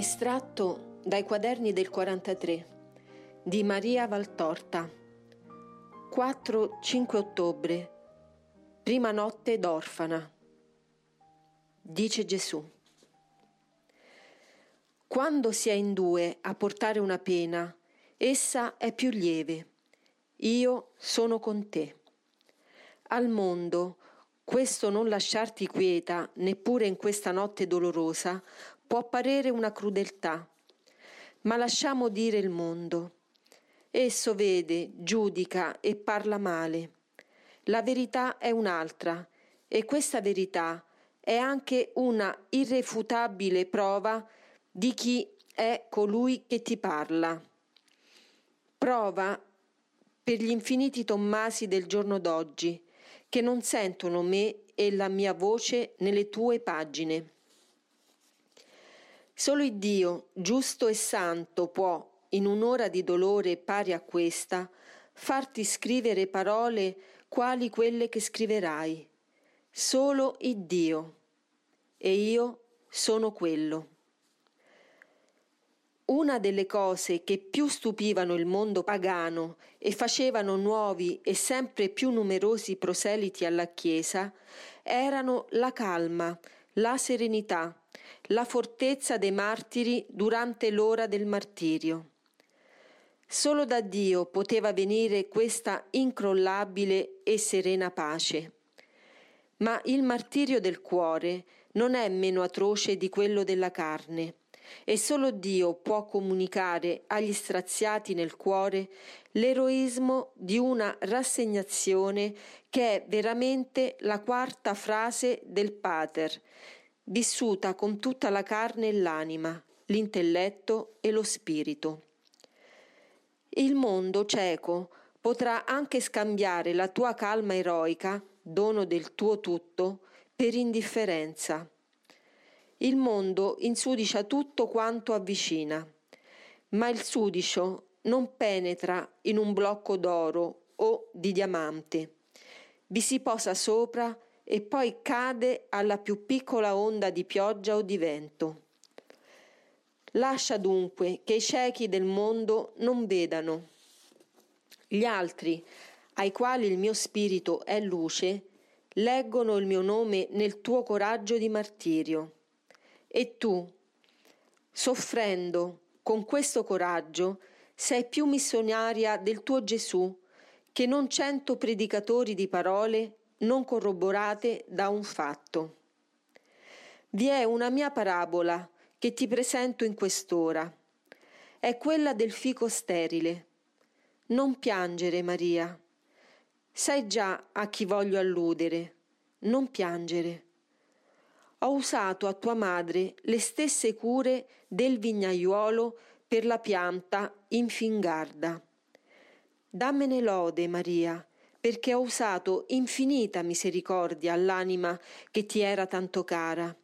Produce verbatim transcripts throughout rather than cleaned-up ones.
Estratto dai quaderni del quarantatré di Maria Valtorta. quattro cinque ottobre, prima notte d'orfana. Dice Gesù: quando si è in due a portare una pena, essa è più lieve. Io sono con te. Al mondo, questo non lasciarti quieta, neppure in questa notte dolorosa, può parere una crudeltà. Ma lasciamo dire il mondo. Esso vede, giudica e parla male. La verità è un'altra, e questa verità è anche una irrefutabile prova di chi è colui che ti parla. Prova per gli infiniti Tommasi del giorno d'oggi, che non sentono me e la mia voce nelle tue pagine. Solo il Dio, giusto e santo, può, in un'ora di dolore pari a questa, farti scrivere parole quali quelle che scriverai. Solo il Dio. E io sono quello. Una delle cose che più stupivano il mondo pagano e facevano nuovi e sempre più numerosi proseliti alla Chiesa erano la calma, la serenità, la fortezza dei martiri durante l'ora del martirio. Solo da Dio poteva venire questa incrollabile e serena pace. Ma il martirio del cuore non è meno atroce di quello della carne, e solo Dio può comunicare agli straziati nel cuore l'eroismo di una rassegnazione che è veramente la quarta frase del Pater, vissuta con tutta la carne e l'anima, l'intelletto e lo spirito. Il mondo cieco potrà anche scambiare la tua calma eroica, dono del tuo tutto, per indifferenza. Il mondo insudicia tutto quanto avvicina, ma il sudicio non penetra in un blocco d'oro o di diamante. Vi si posa sopra e poi cade alla più piccola onda di pioggia o di vento. Lascia dunque che i ciechi del mondo non vedano. Gli altri, ai quali il mio spirito è luce, leggono il mio nome nel tuo coraggio di martirio. E tu, soffrendo con questo coraggio, sei più missionaria del tuo Gesù che non cento predicatori di parole non corroborate da un fatto. Vi è una mia parabola che ti presento in quest'ora. È quella del fico sterile. Non piangere, Maria. Sai già a chi voglio alludere. Non piangere. Ho usato a tua madre le stesse cure del vignaiuolo per la pianta infingarda. Dammene lode, Maria, perché ho usato infinita misericordia all'anima che ti era tanto cara.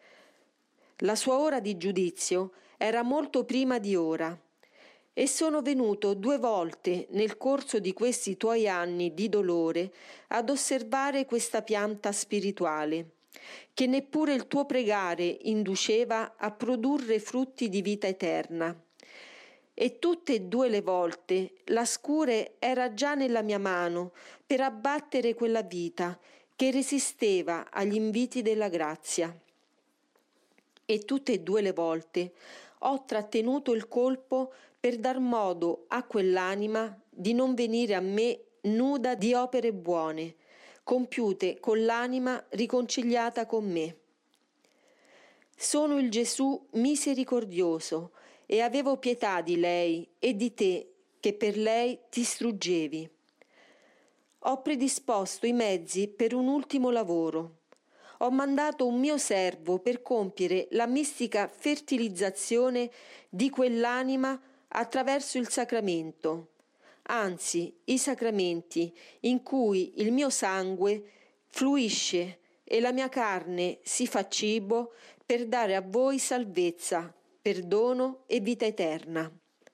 La sua ora di giudizio era molto prima di ora, e sono venuto due volte nel corso di questi tuoi anni di dolore ad osservare questa pianta spirituale, che neppure il tuo pregare induceva a produrre frutti di vita eterna. E tutte e due le volte la scure era già nella mia mano per abbattere quella vita che resisteva agli inviti della grazia. E tutte e due le volte ho trattenuto il colpo per dar modo a quell'anima di non venire a me nuda di opere buone, compiute con l'anima riconciliata con me. Sono il Gesù misericordioso e avevo pietà di lei e di te che per lei ti struggevi. Ho predisposto i mezzi per un ultimo lavoro. Ho mandato un mio servo per compiere la mistica fertilizzazione di quell'anima attraverso il sacramento, anzi i sacramenti in cui il mio sangue fluisce e la mia carne si fa cibo per dare a voi salvezza, perdono e vita eterna.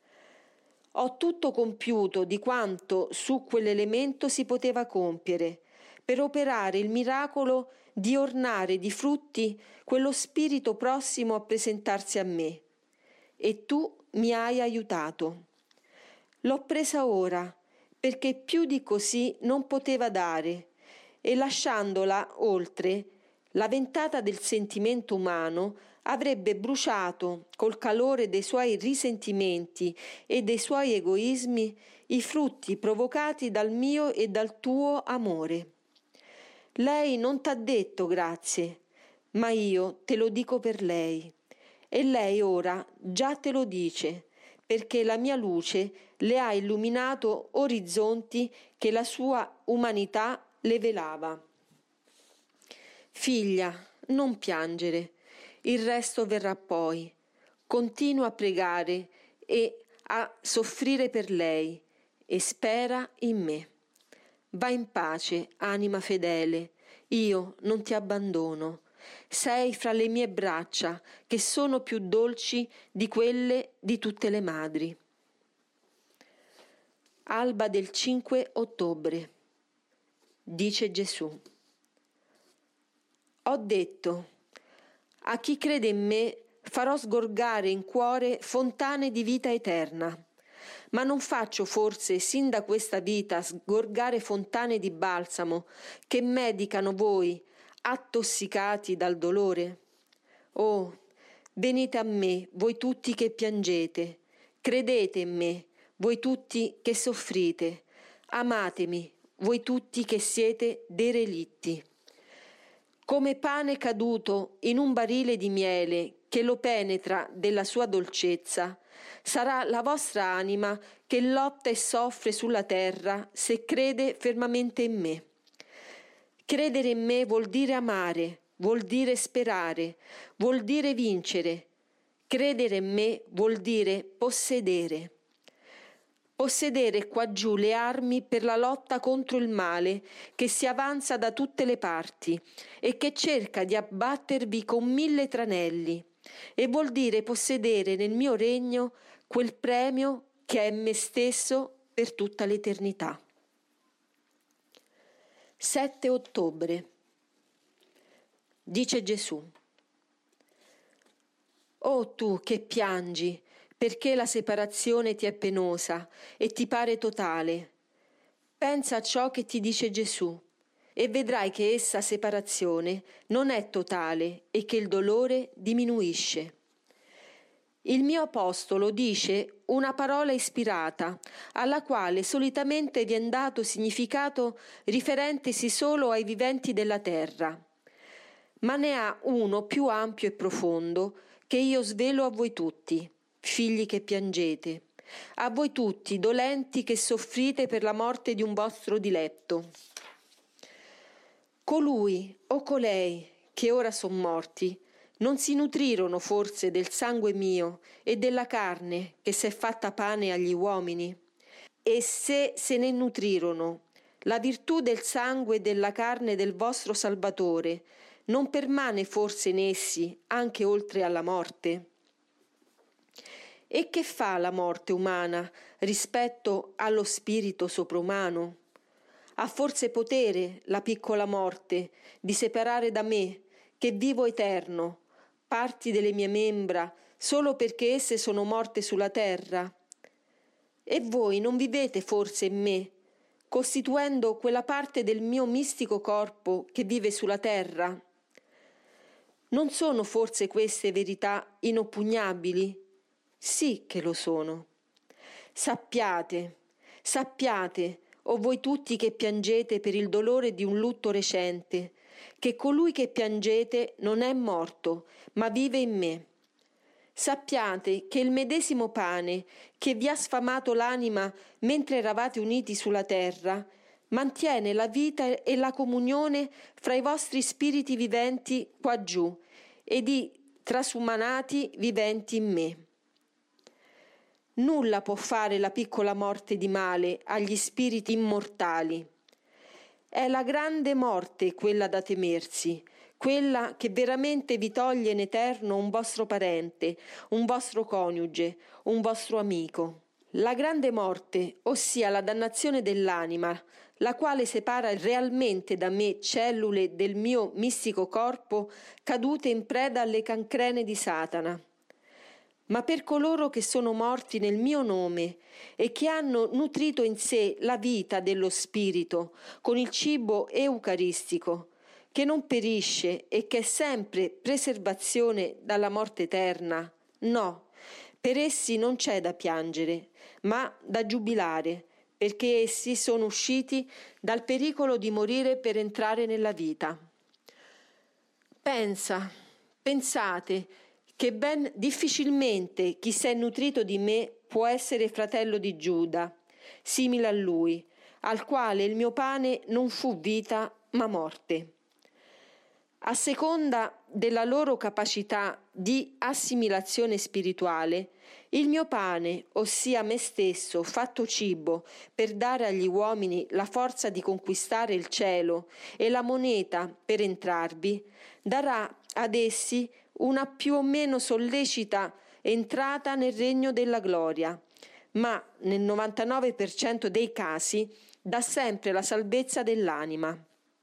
Ho tutto compiuto di quanto su quell'elemento si poteva compiere, per operare il miracolo di ornare di frutti quello spirito prossimo a presentarsi a me, e tu mi hai aiutato. L'ho presa ora, perché più di così non poteva dare, e lasciandola oltre, la ventata del sentimento umano avrebbe bruciato col calore dei suoi risentimenti e dei suoi egoismi i frutti provocati dal mio e dal tuo amore. Lei non t'ha detto grazie, ma io te lo dico per lei, e lei ora già te lo dice, perché la mia luce le ha illuminato orizzonti che la sua umanità le velava. Figlia, non piangere, il resto verrà poi. Continua a pregare e a soffrire per lei e spera in me. Va in pace, anima fedele, io non ti abbandono. Sei fra le mie braccia, che sono più dolci di quelle di tutte le madri. Alba del cinque ottobre. Dice Gesù: ho detto, a chi crede in me farò sgorgare in cuore fontane di vita eterna. Ma non faccio forse sin da questa vita sgorgare fontane di balsamo che medicano voi, attossicati dal dolore? Oh, venite a me, voi tutti che piangete, credete in me, voi tutti che soffrite, amatemi, voi tutti che siete derelitti. Come pane caduto in un barile di miele che lo penetra della sua dolcezza, sarà la vostra anima che lotta e soffre sulla terra se crede fermamente in me. Credere in me vuol dire amare, vuol dire sperare, vuol dire vincere. Credere in me vuol dire possedere. Possedere qua giù le armi per la lotta contro il male che si avanza da tutte le parti e che cerca di abbattervi con mille tranelli, e vuol dire possedere nel mio regno quel premio che è me stesso per tutta l'eternità. sette ottobre. Dice Gesù: o tu che piangi perché la separazione ti è penosa e ti pare totale, pensa a ciò che ti dice Gesù e vedrai che essa separazione non è totale e che il dolore diminuisce. Il mio apostolo dice una parola ispirata, alla quale solitamente viene dato significato riferentesi solo ai viventi della terra, ma ne ha uno più ampio e profondo che io svelo a voi tutti, figli che piangete, a voi tutti dolenti che soffrite per la morte di un vostro diletto. Colui o colei che ora son morti non si nutrirono forse del sangue mio e della carne che s'è fatta pane agli uomini? E se se ne nutrirono, la virtù del sangue e della carne del vostro Salvatore non permane forse in essi anche oltre alla morte? E che fa la morte umana rispetto allo spirito sopraumano? Ha forse potere la piccola morte di separare da me, che vivo eterno, parti delle mie membra solo perché esse sono morte sulla terra? E voi non vivete forse in me, costituendo quella parte del mio mistico corpo che vive sulla terra? Non sono forse queste verità inoppugnabili? Sì che lo sono. Sappiate, sappiate, o voi tutti che piangete per il dolore di un lutto recente, che colui che piangete non è morto, ma vive in me. Sappiate che il medesimo pane che vi ha sfamato l'anima mentre eravate uniti sulla terra, mantiene la vita e la comunione fra i vostri spiriti viventi qua giù ed i trasumanati viventi in me. Nulla può fare la piccola morte di male agli spiriti immortali. È la grande morte quella da temersi, quella che veramente vi toglie in eterno un vostro parente, un vostro coniuge, un vostro amico. La grande morte, ossia la dannazione dell'anima, la quale separa realmente da me cellule del mio mistico corpo cadute in preda alle cancrene di Satana. ma per coloro che sono morti nel mio nome e che hanno nutrito in sé la vita dello Spirito con il cibo eucaristico, che non perisce e che è sempre preservazione dalla morte eterna. No, per essi non c'è da piangere, ma da giubilare, perché essi sono usciti dal pericolo di morire per entrare nella vita. Pensa, pensate, che ben difficilmente chi si è nutrito di me può essere fratello di Giuda, simile a lui, al quale il mio pane non fu vita ma morte. A seconda della loro capacità di assimilazione spirituale, il mio pane, ossia me stesso, fatto cibo per dare agli uomini la forza di conquistare il cielo e la moneta per entrarvi, darà ad essi una più o meno sollecita entrata nel regno della gloria, ma nel novantanove per cento dei casi dà sempre la salvezza dell'anima.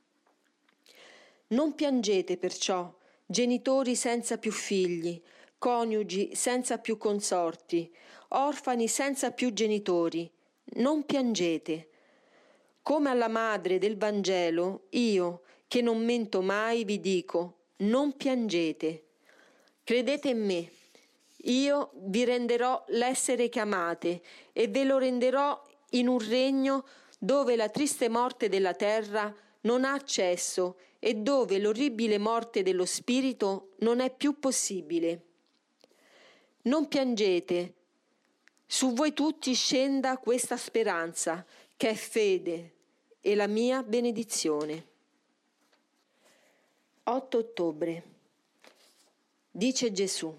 Non piangete perciò, genitori senza più figli, coniugi senza più consorti, orfani senza più genitori. Non piangete. Come alla madre del Vangelo, io, che non mento mai, vi dico, non piangete. Credete in me, io vi renderò l'essere che amate e ve lo renderò in un regno dove la triste morte della terra non ha accesso e dove l'orribile morte dello spirito non è più possibile. Non piangete, su voi tutti scenda questa speranza che è fede e la mia benedizione. otto ottobre. Dice Gesù: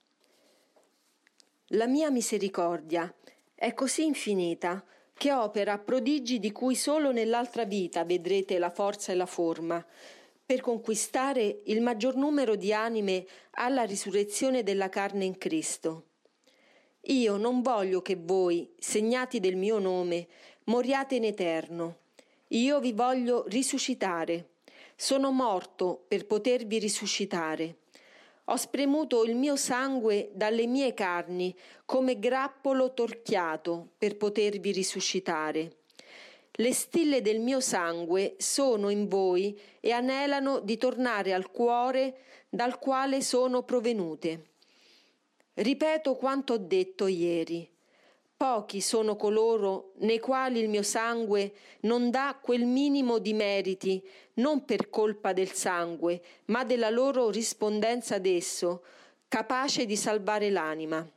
la mia misericordia è così infinita che opera prodigi di cui solo nell'altra vita vedrete la forza e la forma, per conquistare il maggior numero di anime alla risurrezione della carne in Cristo. Io non voglio che voi, segnati del mio nome, moriate in eterno. Io vi voglio risuscitare. Sono morto per potervi risuscitare. Ho spremuto il mio sangue dalle mie carni come grappolo torchiato per potervi risuscitare. Le stille del mio sangue sono in voi e anelano di tornare al cuore dal quale sono provenute. Ripeto quanto ho detto ieri. Pochi sono coloro nei quali il mio sangue non dà quel minimo di meriti, non per colpa del sangue, ma della loro rispondenza ad esso, capace di salvare l'anima.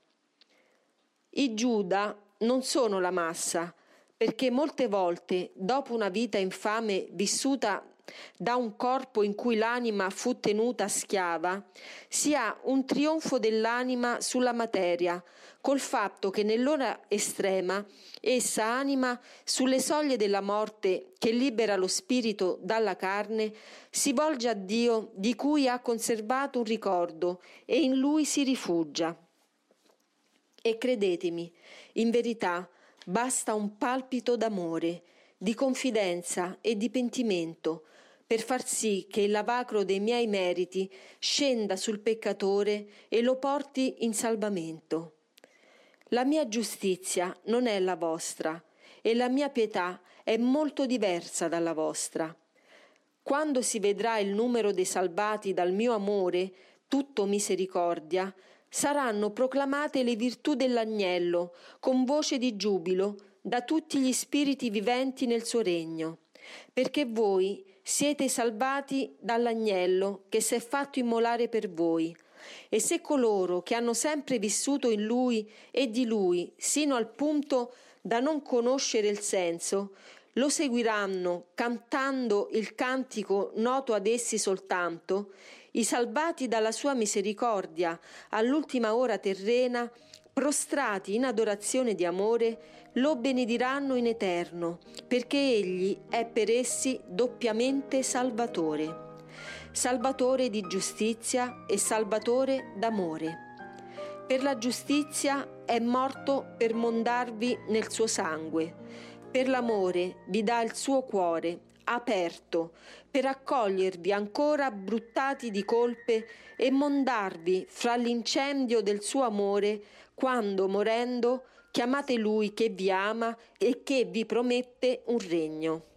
I Giuda non sono la massa, perché molte volte, dopo una vita infame vissuta da un corpo in cui l'anima fu tenuta schiava, si ha un trionfo dell'anima sulla materia, col fatto che nell'ora estrema essa anima sulle soglie della morte che libera lo spirito dalla carne, si volge a Dio di cui ha conservato un ricordo e in lui si rifugia. E credetemi, in verità basta un palpito d'amore, di confidenza e di pentimento per far sì che il lavacro dei miei meriti scenda sul peccatore e lo porti in salvamento. La mia giustizia non è la vostra e la mia pietà è molto diversa dalla vostra. Quando si vedrà il numero dei salvati dal mio amore, tutto misericordia, saranno proclamate le virtù dell'agnello con voce di giubilo da tutti gli spiriti viventi nel suo regno, perché voi siete salvati dall'agnello che si è fatto immolare per voi. E se coloro che hanno sempre vissuto in lui e di lui sino al punto da non conoscere il senso, lo seguiranno cantando il cantico noto ad essi soltanto, i salvati dalla sua misericordia all'ultima ora terrena, prostrati in adorazione di amore, lo benediranno in eterno, perché egli è per essi doppiamente salvatore. Salvatore di giustizia e salvatore d'amore. Per la giustizia è morto per mondarvi nel suo sangue, per l'amore vi dà il suo cuore, aperto, per accogliervi ancora bruttati di colpe e mondarvi fra l'incendio del suo amore, quando, morendo, chiamate Lui che vi ama e che vi promette un regno.